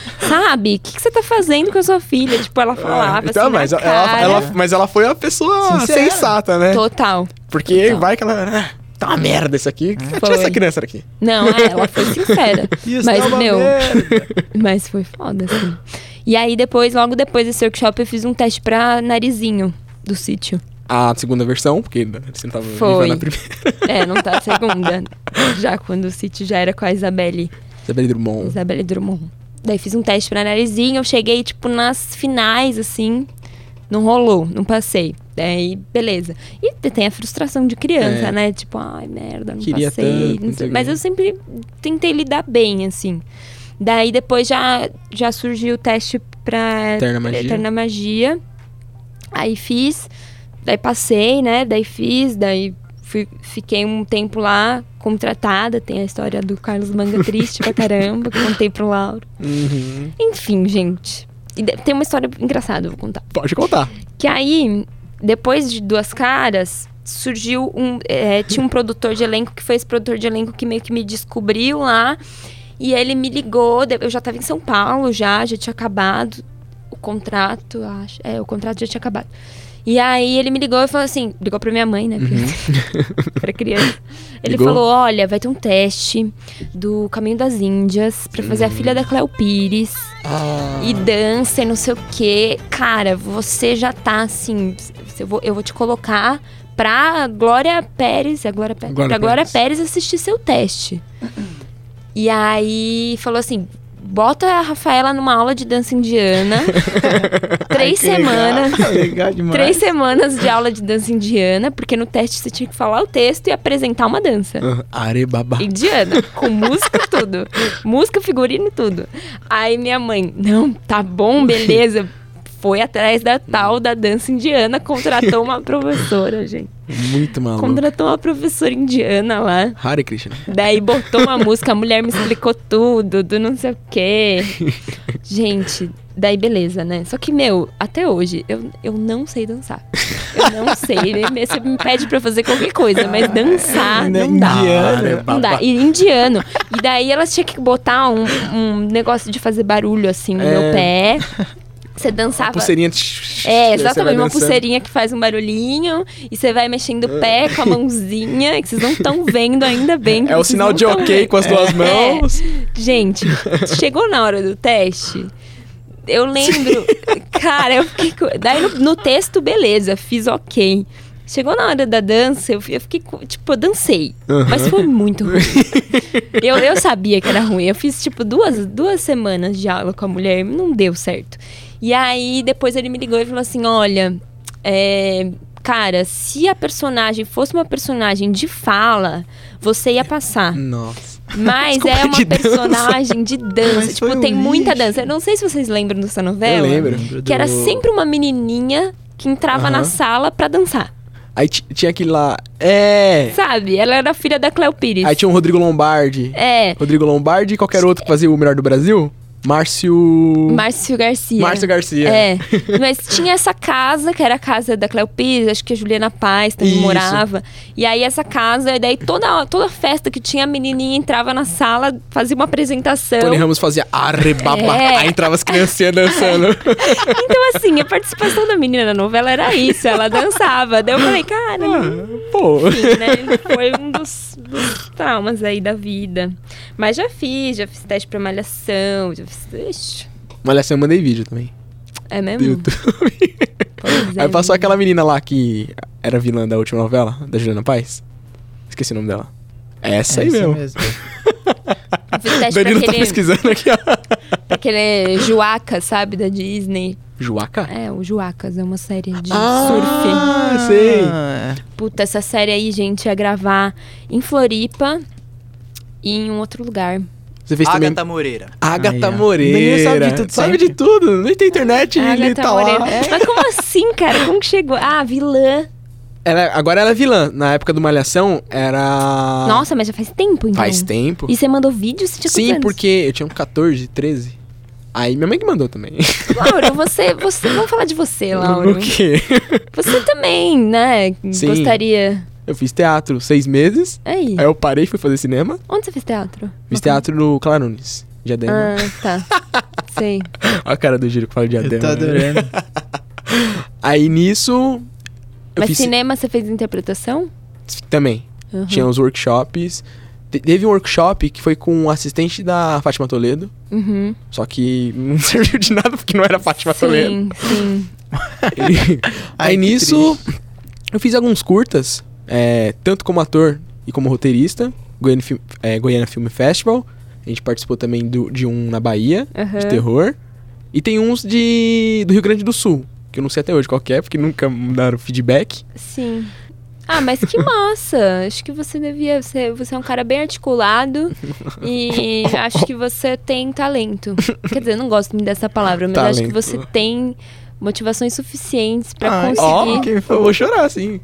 Speaker 3: Sabe? O que, que você tá fazendo com a sua filha? Tipo, ela falava
Speaker 1: então,
Speaker 3: assim
Speaker 1: mas,
Speaker 3: na
Speaker 1: ela,
Speaker 3: cara.
Speaker 1: ela- mas ela foi a pessoa
Speaker 2: Sincera.
Speaker 1: sensata, né?
Speaker 3: Total.
Speaker 1: Porque
Speaker 3: Total.
Speaker 1: vai que ela... Ah, tá uma merda isso aqui. Tira
Speaker 3: Foi.
Speaker 1: essa criança daqui.
Speaker 3: Não, é, ela foi sincera.
Speaker 2: Isso
Speaker 3: mas,
Speaker 2: é uma
Speaker 3: meu,
Speaker 2: merda.
Speaker 3: mas foi foda, assim. E aí, depois, logo depois desse workshop, eu fiz um teste pra narizinho do sítio.
Speaker 1: A segunda versão, porque você não tava
Speaker 3: Foi.
Speaker 1: vivendo a primeira.
Speaker 3: É, não tá a segunda. Já quando o sítio já era com a Isabelle.
Speaker 1: Isabelle Drummond.
Speaker 3: Isabelle Drummond. Daí fiz um teste pra narizinho, eu cheguei, tipo, nas finais, assim, não rolou, não passei. Daí, beleza. E tem a frustração de criança,
Speaker 1: É.
Speaker 3: né? Tipo, ai, merda, não
Speaker 1: Queria
Speaker 3: passei.
Speaker 1: tanto,
Speaker 3: não
Speaker 1: não
Speaker 3: sei.
Speaker 1: sei o
Speaker 3: Mas
Speaker 1: quê.
Speaker 3: eu sempre tentei lidar bem, assim. Daí, depois, já, já surgiu o teste pra
Speaker 1: Eterna Magia.
Speaker 3: Eterna Magia. Aí fiz, daí passei, né? Daí fiz, daí fui, fiquei um tempo lá, contratada. Tem a história do Carlos Manga triste pra caramba, que contei pro Lauro.
Speaker 1: Uhum.
Speaker 3: Enfim, gente. E de- tem uma história engraçada, eu vou contar.
Speaker 1: Pode contar.
Speaker 3: Que aí, depois de Duas Caras, surgiu um... é, tinha um produtor de elenco, que foi esse produtor de elenco que meio que me descobriu lá. E ele me ligou, de- eu já tava em São Paulo já, já tinha acabado o contrato, acho. É, o contrato já tinha acabado. E aí ele me ligou e falou assim, ligou pra minha mãe, né? Porque era criança. Ele
Speaker 1: Ligou?
Speaker 3: falou, olha, vai ter um teste do Caminho das Índias pra fazer a filha da Cléo Pires.
Speaker 1: Ah.
Speaker 3: E dança e não sei o quê. Cara, você já tá assim. Eu vou, eu vou te colocar pra Glória Pérez. A Glória Pérez
Speaker 1: Glória
Speaker 3: pra Glória
Speaker 1: Pérez.
Speaker 3: Pérez assistir seu teste. E aí falou assim: bota a Rafaela numa aula de dança indiana. três
Speaker 2: Que legal.
Speaker 3: semanas.
Speaker 2: Legal demais.
Speaker 3: Três semanas de aula de dança indiana, porque no teste você tinha que falar o texto e apresentar uma dança.
Speaker 1: Ah, Arebaba.
Speaker 3: Indiana, com música e tudo. Música, figurino e tudo. Aí minha mãe, não, tá bom, beleza. Foi atrás da tal da dança indiana, contratou uma professora, gente.
Speaker 1: Muito maluco.
Speaker 3: Contratou uma professora indiana lá.
Speaker 1: Hare Krishna.
Speaker 3: Daí botou uma música, a mulher me explicou tudo, do não sei o quê. Gente, daí beleza, né? Só que, meu, até hoje, eu, eu não sei dançar. Eu não sei. Ele- Você me pede pra fazer qualquer coisa, mas dançar
Speaker 2: Ainda
Speaker 3: não dá.
Speaker 2: indiana.
Speaker 3: Não dá. E indiano. E daí elas tinham que botar um, um negócio de fazer barulho, assim, no
Speaker 1: É.
Speaker 3: meu pé. Você dançava...
Speaker 1: Pulseirinha.
Speaker 3: É, exatamente, uma pulseirinha que faz um barulhinho e você vai mexendo o pé com a mãozinha, que vocês não estão vendo ainda bem. que
Speaker 1: É o
Speaker 3: vocês
Speaker 1: sinal
Speaker 3: não
Speaker 1: de
Speaker 3: tão
Speaker 1: ok
Speaker 3: vendo.
Speaker 1: com as duas
Speaker 3: É.
Speaker 1: mãos.
Speaker 3: Gente, chegou na hora do teste, eu lembro, cara, eu fiquei. co- Daí no, no texto, beleza, fiz ok. Chegou na hora da dança, eu, fi- eu fiquei, co- tipo, eu dancei. Mas foi muito ruim. eu, eu sabia que era ruim. Eu fiz, tipo, duas, duas semanas de aula com a mulher, não deu certo. E aí, depois ele me ligou e falou assim: olha, é, cara, se a personagem fosse uma personagem de fala, você ia passar.
Speaker 1: Nossa.
Speaker 3: Mas
Speaker 1: Desculpa,
Speaker 3: é uma
Speaker 1: de dança.
Speaker 3: personagem de dança.
Speaker 2: Mas
Speaker 3: tipo,
Speaker 2: foi um
Speaker 3: tem muita
Speaker 2: lixo.
Speaker 3: dança. Eu não sei se vocês lembram dessa novela.
Speaker 1: Eu lembro.
Speaker 2: Lembro
Speaker 3: Que era
Speaker 2: do-
Speaker 3: sempre uma menininha que entrava na
Speaker 1: Aham.
Speaker 3: sala pra dançar.
Speaker 1: Aí ti- tinha aquele lá. É.
Speaker 3: Sabe? Ela era filha da Cléo Pires.
Speaker 1: Aí tinha o Rodrigo Lombardi.
Speaker 3: É.
Speaker 1: Rodrigo Lombardi e qualquer outro que fazia o melhor do Brasil. Márcio.
Speaker 3: Márcio Garcia.
Speaker 1: Márcio Garcia.
Speaker 3: É. Mas tinha essa casa, que era a casa da Cléo Pires, acho que a Juliana Paz também
Speaker 1: Isso.
Speaker 3: morava. E aí essa casa, e daí toda, toda festa que tinha, a menininha entrava na sala, fazia uma apresentação.
Speaker 1: Tony Ramos fazia arrebaba.
Speaker 3: É.
Speaker 1: Aí entrava as criancinhas dançando.
Speaker 3: Então, assim, a participação da menina na novela era isso, ela dançava. Daí eu falei, cara, não,
Speaker 1: Pô.
Speaker 3: enfim, né? Foi um dos, dos traumas aí da vida. Mas já fiz, já fiz teste pra malhação, já ixi,
Speaker 1: Malhação eu mandei vídeo também.
Speaker 3: é
Speaker 1: Do
Speaker 3: mesmo?
Speaker 1: YouTube.
Speaker 3: Pois é,
Speaker 1: Aí passou
Speaker 3: menino.
Speaker 1: aquela menina lá que era vilã da última novela, da Juliana Paz. Esqueci o nome dela. É essa
Speaker 2: É
Speaker 1: aí
Speaker 2: isso
Speaker 1: mesmo.
Speaker 2: mesmo.
Speaker 3: Eu fiz teste pra
Speaker 1: Danilo tá
Speaker 3: aquele,
Speaker 1: pesquisando aqui, ó.
Speaker 3: pra aquele Juaca, sabe, da Disney.
Speaker 1: Juaca?
Speaker 3: É, o Juacas, é uma série de
Speaker 1: Ah,
Speaker 3: surf.
Speaker 1: sei.
Speaker 2: Ah,
Speaker 3: Puta, essa série aí, gente, ia gravar em Floripa e em um outro lugar.
Speaker 1: Você fez também...
Speaker 8: Agatha Moreira.
Speaker 1: Agatha
Speaker 2: Aí, ó.
Speaker 1: Moreira.
Speaker 2: Menino sabe de tudo
Speaker 1: Sabe
Speaker 2: sempre.
Speaker 1: de tudo. Nem tem internet e ele
Speaker 3: Agatha
Speaker 1: tá
Speaker 3: Moreira.
Speaker 1: lá.
Speaker 3: Mas como assim, cara? Como que chegou? Ah, vilã.
Speaker 1: Ela, agora ela é vilã. Na época do Malhação, era...
Speaker 3: Nossa, mas já faz tempo, então.
Speaker 1: Faz tempo.
Speaker 3: E você mandou vídeo? Você tinha quantos
Speaker 1: Sim,
Speaker 3: anos?
Speaker 1: porque eu tinha uns catorze, treze. Aí minha mãe que mandou também.
Speaker 3: Lauro, você, você... Vamos falar de você, Lauro.
Speaker 1: O quê?
Speaker 3: Você também, né?
Speaker 1: Sim.
Speaker 3: Gostaria...
Speaker 1: Eu fiz teatro seis meses.
Speaker 3: Aí.
Speaker 1: Aí eu parei e fui fazer cinema.
Speaker 3: Onde você fez teatro?
Speaker 1: Fiz teatro no Clarunes. Diadema.
Speaker 3: Ah, tá. Sei.
Speaker 1: Olha a cara do Giro que fala diadema.
Speaker 2: eu tô
Speaker 1: né?
Speaker 2: adorando.
Speaker 1: Aí nisso... Eu
Speaker 3: Mas
Speaker 1: fiz
Speaker 3: cinema você fez interpretação?
Speaker 1: também.
Speaker 3: Uhum.
Speaker 1: Tinha os workshops. Te- Teve um workshop que foi com o assistente da Fátima Toledo.
Speaker 3: Uhum.
Speaker 1: Só que não serviu de nada porque não era a Fátima Toledo.
Speaker 3: Sim, sim.
Speaker 1: E-
Speaker 2: Ai,
Speaker 1: Aí
Speaker 2: que
Speaker 1: nisso, eu fiz alguns curtas, é, tanto como ator e como roteirista. Goiânia, Film, é, Goiânia Film Festival. A gente participou também do- de um na Bahia,
Speaker 3: Aham.
Speaker 1: de terror. E tem uns de do Rio Grande do Sul, que eu não sei até hoje qual que é, porque nunca me deram feedback.
Speaker 3: Sim. Ah, mas que massa! Acho que você devia ser. Você é um cara bem articulado e acho que você tem talento. Quer dizer, eu não gosto muito dessa palavra, mas acho que
Speaker 1: Talento.
Speaker 3: você tem motivações suficientes pra
Speaker 2: Ai,
Speaker 1: Ó,
Speaker 3: conseguir.
Speaker 1: eu vou chorar, sim.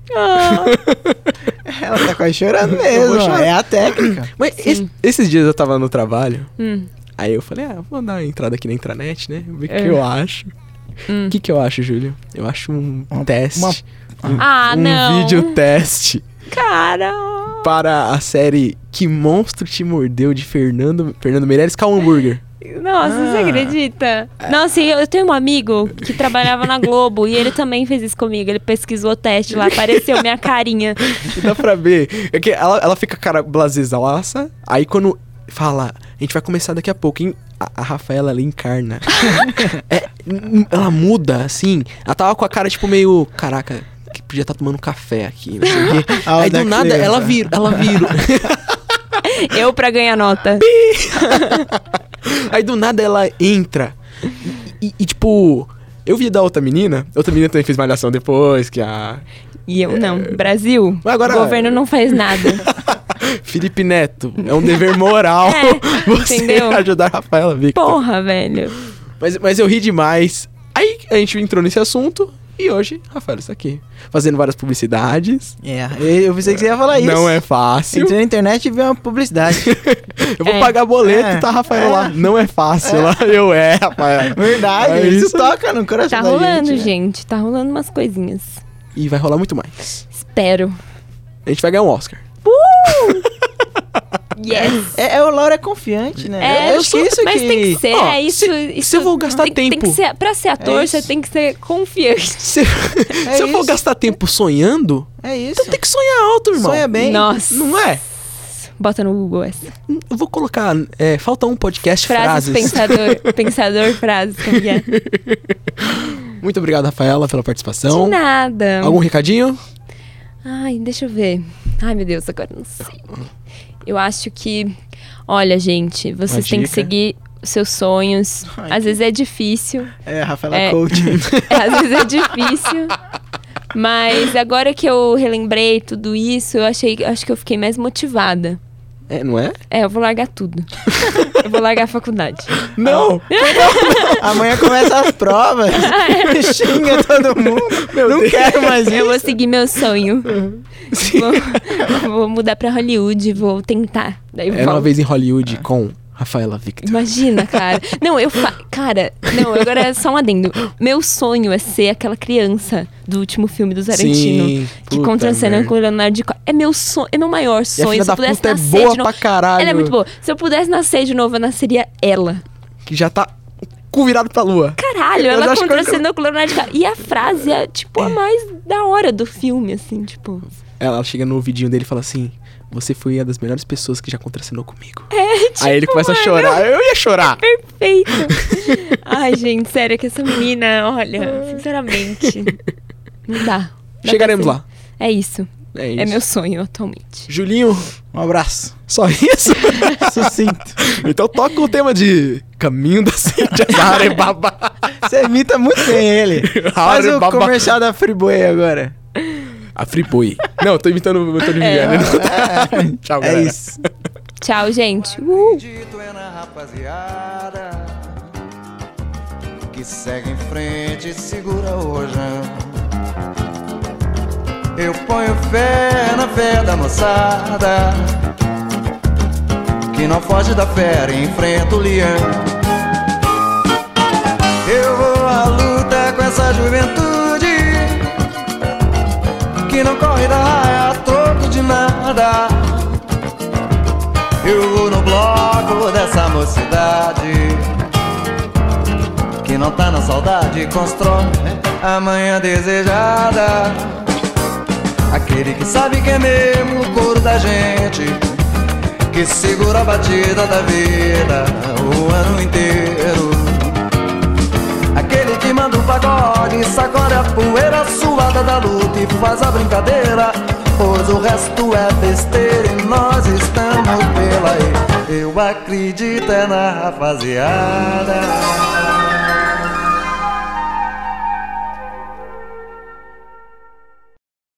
Speaker 2: Ela tá quase chorando
Speaker 1: Eu
Speaker 2: mesmo.
Speaker 1: vou chorar.
Speaker 2: É a técnica.
Speaker 1: Mas
Speaker 3: Sim.
Speaker 1: es- esses dias eu tava no trabalho,
Speaker 3: Hum,
Speaker 1: aí eu falei, ah, vou dar uma entrada aqui na intranet, né? Ver o
Speaker 3: É.
Speaker 1: que eu acho.
Speaker 3: hum.
Speaker 1: O que que eu acho, Júlio? Eu acho um
Speaker 2: Uma-
Speaker 1: teste.
Speaker 2: uma-
Speaker 1: um
Speaker 3: Ah,
Speaker 1: um
Speaker 3: não.
Speaker 1: vídeo teste
Speaker 3: Cara!
Speaker 1: para a série Que Monstro Te Mordeu de Fernando, Fernando Meirelles com hambúrguer.
Speaker 3: Nossa, você
Speaker 2: Ah.
Speaker 3: acredita? Nossa, e eu tenho um amigo que trabalhava na Globo e ele também fez isso comigo. Ele pesquisou o teste lá, apareceu minha carinha.
Speaker 1: E dá pra ver. É que ela, ela fica cara blazezaça, aí quando fala, a gente vai começar daqui a pouco, hein? A, a Rafaela, ela encarna. É, n- ela muda, assim. Ela tava com a cara, tipo, meio, caraca, que podia estar tomando café aqui, não sei o quê.
Speaker 2: A
Speaker 1: Aí
Speaker 2: da
Speaker 1: do nada,
Speaker 2: criança.
Speaker 1: ela vira, ela vira.
Speaker 3: Eu pra ganhar nota.
Speaker 1: Aí do nada ela entra. E, e, tipo, eu vi da outra menina. Outra menina também fez malhação depois, que a
Speaker 3: E eu não. Brasil,
Speaker 1: Mas agora-
Speaker 3: o governo não faz nada.
Speaker 1: Felipe Neto. É um dever moral
Speaker 3: É,
Speaker 1: você
Speaker 3: entendeu?
Speaker 1: ajudar a Rafaela Victor.
Speaker 3: Porra, velho.
Speaker 1: Mas, mas eu ri demais. Aí a gente entrou nesse assunto. E hoje, Rafael está aqui. Fazendo várias publicidades.
Speaker 2: É, eu pensei que você ia falar isso.
Speaker 1: Não é fácil.
Speaker 2: Entrei na internet e vi uma publicidade.
Speaker 1: Eu vou
Speaker 3: É.
Speaker 1: pagar boleto,
Speaker 2: É.
Speaker 1: tá, Rafael
Speaker 2: É.
Speaker 1: lá. Não é fácil lá. Eu é, Rafael.
Speaker 2: Verdade,
Speaker 1: É
Speaker 2: isso,
Speaker 1: isso.
Speaker 2: toca no coração
Speaker 3: Tá
Speaker 2: da
Speaker 3: rolando,
Speaker 2: gente. né?
Speaker 3: gente. Tá rolando umas coisinhas.
Speaker 1: E vai rolar muito mais.
Speaker 3: Espero.
Speaker 1: A gente vai ganhar um Oscar.
Speaker 3: Yes.
Speaker 2: É, é, o Laura é confiante, né?
Speaker 3: É,
Speaker 2: eu acho que isso
Speaker 3: mas
Speaker 2: que...
Speaker 3: tem que ser,
Speaker 1: Ó,
Speaker 3: é isso, isso.
Speaker 1: se eu vou gastar
Speaker 3: tem, Tem
Speaker 1: tempo-
Speaker 3: que ser, pra ser ator,
Speaker 2: É
Speaker 3: você
Speaker 2: isso.
Speaker 3: tem que ser confiante.
Speaker 1: Se, se eu for
Speaker 2: isso.
Speaker 1: gastar tempo sonhando,
Speaker 2: É isso.
Speaker 1: então tem que sonhar alto, irmão.
Speaker 2: Sonha bem.
Speaker 3: Nossa.
Speaker 1: Não é?
Speaker 3: Bota no Google essa.
Speaker 1: Eu vou colocar. É, falta um podcast
Speaker 3: Frases,
Speaker 1: frases.
Speaker 3: pensador. pensador, frases, como que é?
Speaker 1: Muito obrigado, Rafaela, pela participação.
Speaker 3: De nada.
Speaker 1: Algum recadinho?
Speaker 3: Ai, deixa eu ver. Ai, meu Deus, agora eu não sei. Eu acho que... Olha, gente, vocês
Speaker 1: Uma
Speaker 3: têm que
Speaker 1: dica.
Speaker 3: seguir os seus sonhos.
Speaker 2: Ai,
Speaker 3: Às vezes é difícil.
Speaker 2: É, Rafaela
Speaker 3: É.
Speaker 2: Coach.
Speaker 3: É, às vezes é difícil. Mas agora que eu relembrei tudo isso, eu achei, acho que eu fiquei mais motivada.
Speaker 1: É, não é?
Speaker 3: É, eu vou largar tudo. Eu vou largar a faculdade.
Speaker 1: Não!
Speaker 3: Ah,
Speaker 2: Amanhã começa as provas.
Speaker 3: é.
Speaker 2: Xinga todo mundo. não
Speaker 1: Deus.
Speaker 2: quero mais
Speaker 3: Eu
Speaker 2: isso.
Speaker 3: vou seguir meu sonho. Vou, vou mudar pra Hollywood, vou tentar. Daí
Speaker 1: Era uma
Speaker 3: volto.
Speaker 1: vez em Hollywood com Rafaela Victor.
Speaker 3: Imagina, cara. Não, eu fa... Cara, não, agora é só um adendo. Meu sonho é ser aquela criança do último filme do Tarantino.
Speaker 1: Sim,
Speaker 3: Que
Speaker 1: puta
Speaker 3: contracena
Speaker 1: merda.
Speaker 3: com o Leonardo DiCaprio. É meu sonho, é meu maior
Speaker 1: E a
Speaker 3: sonho.
Speaker 1: filha
Speaker 3: Se
Speaker 1: da
Speaker 3: eu pudesse
Speaker 1: puta é
Speaker 3: nascer
Speaker 1: boa
Speaker 3: de novo.
Speaker 1: pra caralho.
Speaker 3: Ela é muito boa. Se eu pudesse nascer de novo, eu nasceria ela.
Speaker 1: Que já tá cu virado pra lua.
Speaker 3: Caralho,
Speaker 1: Eu
Speaker 3: ela
Speaker 1: acho que eu-
Speaker 3: contracenou com o Leonardo DiCaprio. E a frase é, tipo, a mais da hora do filme, assim, tipo...
Speaker 1: Ela chega no vidinho dele e fala assim: você foi uma das melhores pessoas que já contracenou comigo.
Speaker 3: É, tipo,
Speaker 1: Aí ele começa
Speaker 3: mano,
Speaker 1: a chorar. Eu ia chorar.
Speaker 3: Perfeito. Ai, gente, sério, que essa menina, olha, sinceramente, não dá. Dá
Speaker 1: Chegaremos
Speaker 3: pra
Speaker 1: lá.
Speaker 3: ser. É isso.
Speaker 1: É isso.
Speaker 3: É meu sonho atualmente.
Speaker 1: Julinho,
Speaker 2: Um abraço.
Speaker 1: só isso?
Speaker 2: Sucinto.
Speaker 1: Então toca o tema de Caminho da Cíntia Zarebaba.
Speaker 2: Você imita muito bem ele. Faz o
Speaker 1: Arebaba.
Speaker 2: comercial da Friboi agora.
Speaker 1: A Friboi. Não, eu tô imitando o Antônio
Speaker 3: É.
Speaker 1: Viviane. Tchau,
Speaker 2: É
Speaker 1: galera.
Speaker 2: isso.
Speaker 3: Tchau, gente. Uh!
Speaker 8: Acredito é na rapaziada que segue em frente e segura o rojão. Eu ponho fé na fé da moçada que não foge da fera e enfrenta o leão. Eu vou à luta com essa juventude que não corre da raia a troco de nada. Eu vou no bloco dessa mocidade que não tá na saudade e constrói a manhã desejada. Aquele que sabe que é mesmo o couro da gente, que segura a batida da vida o ano inteiro. Aquele que manda o pagode, sacode a poeira suada da luta e faz a brincadeira, pois o resto é besteira e nós estamos pela aí. Eu acredito é na rapaziada.